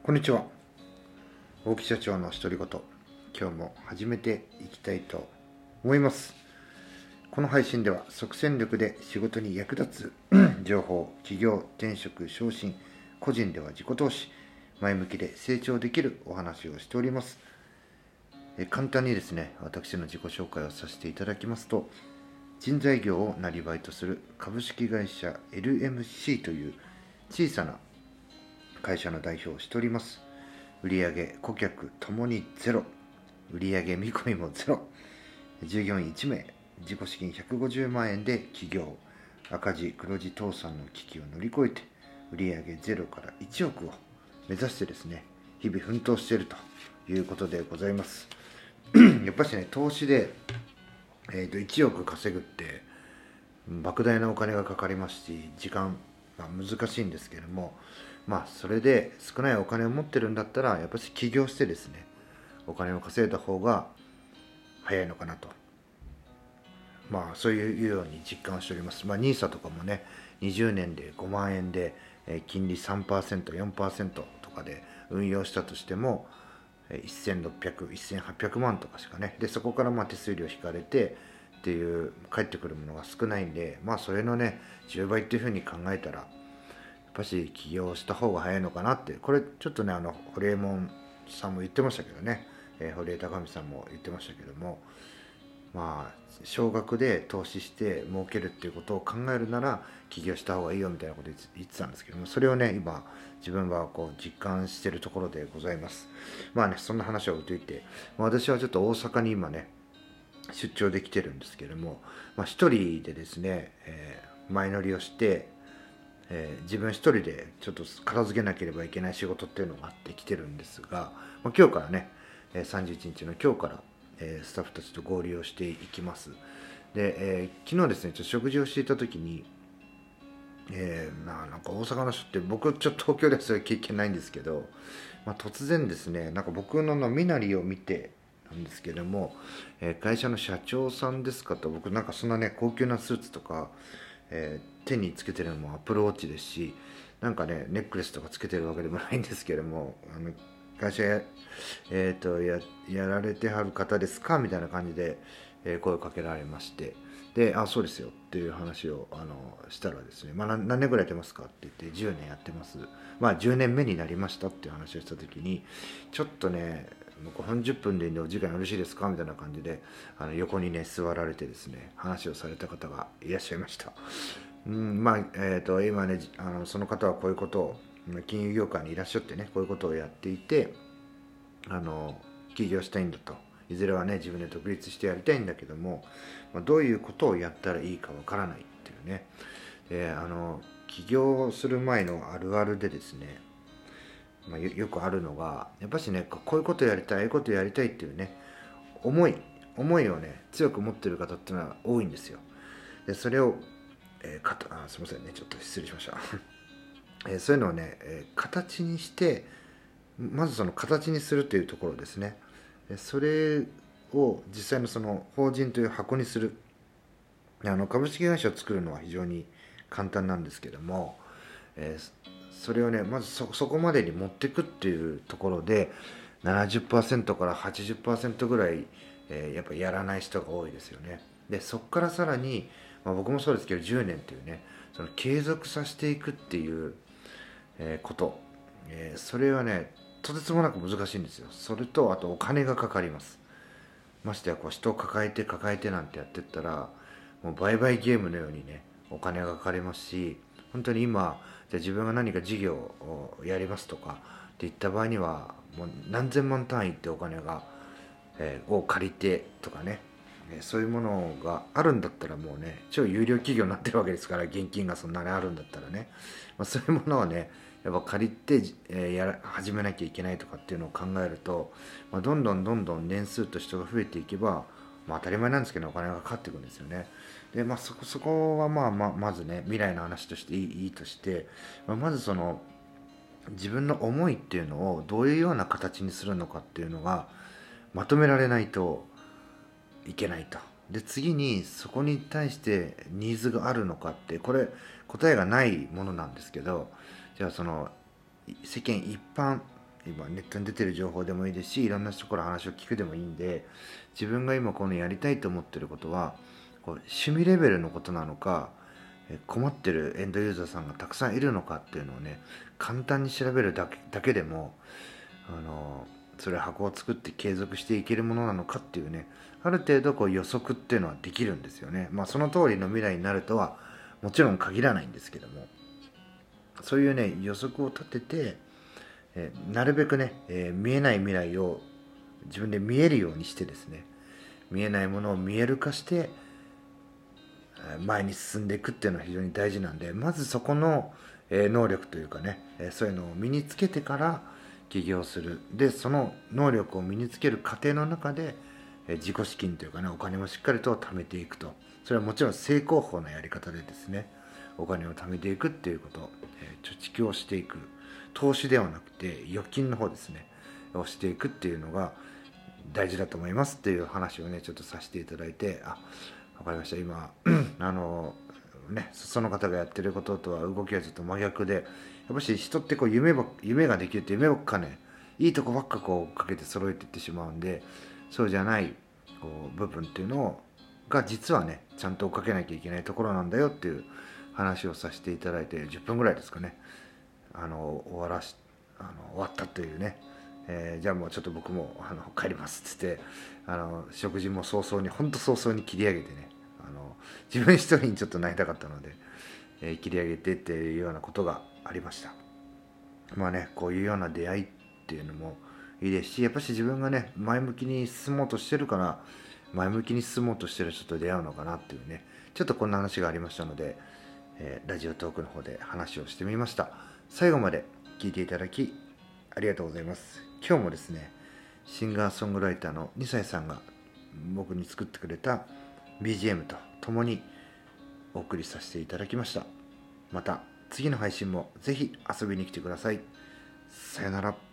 こんにちは。大木社長の独り言。今日も始めていきたいと思います。この配信では即戦力で仕事に役立つ情報、起業、転職、昇進、個人では自己投資、前向きで成長できるお話をしております。簡単にですね、私の自己紹介をさせていただきますと、人材業をなりわいとする株式会社 LMC という小さな会社の代表をしております。売上、顧客ともにゼロ、売上見込みもゼロ、従業員1名、自己資金150万円で起業、赤字黒字倒産の危機を乗り越えて売上ゼロから1億を目指してですね、日々奮闘しているということでございます。やっぱしね、投資で、1億稼ぐって莫大なお金がかかりますし、時間が難しいんですけれども、それで少ないお金を持ってるんだったら、やっぱり起業してですね、お金を稼いだ方が早いのかなと、そういうように実感をしております。NISA とかもね、20年で5万円で、金利 3%、4% とかで運用したとしても、1600、1800万とかしかね、でそこから手数料引かれてっていう返ってくるものが少ないんで、それのね10倍っていうふうに考えたら、やっぱし起業した方が早いのかなって。これちょっとね、堀江門さんも言ってましたけどね、堀江貴美さんも言ってましたけども、少額で投資して儲けるっていうことを考えるなら起業した方がいいよみたいなことを言ってたんですけども、それをね今自分は実感しているところでございます。そんな話は置いといて、私はちょっと大阪に今ね出張できてるんですけども、一人でですね、前乗りをして、自分一人でちょっと片付けなければいけない仕事っていうのがあって来てるんですが、今日からね31日の今日からスタッフたちと合流をしていきます。で、昨日ですねちょっと食事をしていた時に、なんか大阪の人って、僕ちょっと東京ではそういう経験ないんですけど、突然ですね、なんか僕の身なりを見てなんですけども、会社の社長さんですかと。僕なんかそんなね高級なスーツとか、手につけてるのもアップルウォッチですし、なんかねネックレスとかつけてるわけでもないんですけども、会社やられてはる方ですかみたいな感じで、声をかけられまして、で、そうですよっていう話をしたらですね、何年ぐらいやってますかって言って、10年やってます。10年目になりましたっていう話をした時に、ちょっとね、5分10分でいいんでお時間よろしいですかみたいな感じで、横にね座られてですね話をされた方がいらっしゃいました。今ねその方はこういうことを、金融業界にいらっしゃってね、こういうことをやっていて、起業したいんだと。いずれはね自分で独立してやりたいんだけども、どういうことをやったらいいかわからないっていうね。で起業する前のあるあるでですね、よくあるのが、やっぱしねこういうことやりたい、ああいうことやりたいっていうね思いをね強く持ってる方っていうのは多いんですよ。でそれを、すいませんね、ちょっと失礼しました、そういうのをね、形にして、まずその形にするというところですね。それを実際のその法人という箱にする。株式会社を作るのは非常に簡単なんですけども、それをねまずそこまでに持っていくっていうところで 70% から 80% ぐらい、やっぱやらない人が多いですよね。でそこからさらに、僕もそうですけど10年っていうね、その継続させていくっていう、こと、それはねとてつもなく難しいんですよ。それとあとお金がかかります。ましてや人を抱えてなんてやってったら、もう売買ゲームのようにねお金がかかりますし、本当に今じゃあ自分が何か事業をやりますとかっていった場合には、もう何千万単位ってお金が、を借りてとかね、そういうものがあるんだったら、もうね超有料企業になってるわけですから、現金がそんなにあるんだったらね、そういうものをねやっぱ借りて、始めなきゃいけないとかっていうのを考えると、どんどん年数と人が増えていけば、当たり前なんですけどお金がかかっていくんですよね。で、そこはまずね未来の話としていいとして、まずその自分の思いっていうのをどういうような形にするのかっていうのがまとめられないといけないと。で次にそこに対してニーズがあるのかって、これ答えがないものなんですけど、じゃあその世間一般今ネットに出てる情報でもいいですし、いろんな人から話を聞くでもいいんで、自分が今このやりたいと思ってることはこう趣味レベルのことなのか、困ってるエンドユーザーさんがたくさんいるのかっていうのをね、簡単に調べるだけでもそれ箱を作って継続していけるものなのかっていうね、ある程度こう予測っていうのはできるんですよね。その通りの未来になるとはもちろん限らないんですけども、そういうね予測を立てて、なるべくね、見えない未来を自分で見えるようにしてですね、見えないものを見える化して前に進んでいくっていうのは非常に大事なんで、まずそこの能力というかね、そういうのを身につけてから起業する。でその能力を身につける過程の中で自己資金というかね、お金もしっかりと貯めていくと。それはもちろん正攻法なやり方でですね、お金を貯めていくっていうこと、貯蓄をしていく、投資ではなくて預金の方ですねをしていくっていうのが大事だと思いますっていう話をねちょっとさせていただいて、わかりました。今その方がやってることとは動きがちょっと真逆で、やっぱし人ってこう夢ができるって夢ばっかね、いいとこばっかこうかけて揃えていってしまうんで、そうじゃないこう部分っていうのが実はねちゃんと追っかけなきゃいけないところなんだよっていう話をさせていただいて、10分ぐらいですかね、終わったというね、じゃあもうちょっと僕も帰りますっつって食事も本当早々に切り上げてね、自分一人にちょっとなりたかったので、切り上げてっていうようなことがありました。こういうような出会いっていうのもいいですし、やっぱし自分がね前向きに進もうとしてるから前向きに進もうとしてる人と出会うのかなっていうね、ちょっとこんな話がありましたので、ラジオトークの方で話をしてみました。最後まで聞いていただきありがとうございます。今日もですね、シンガーソングライターの2歳さんが僕に作ってくれた BGM と共にお送りさせていただきました。また次の配信もぜひ遊びに来てください。さよなら。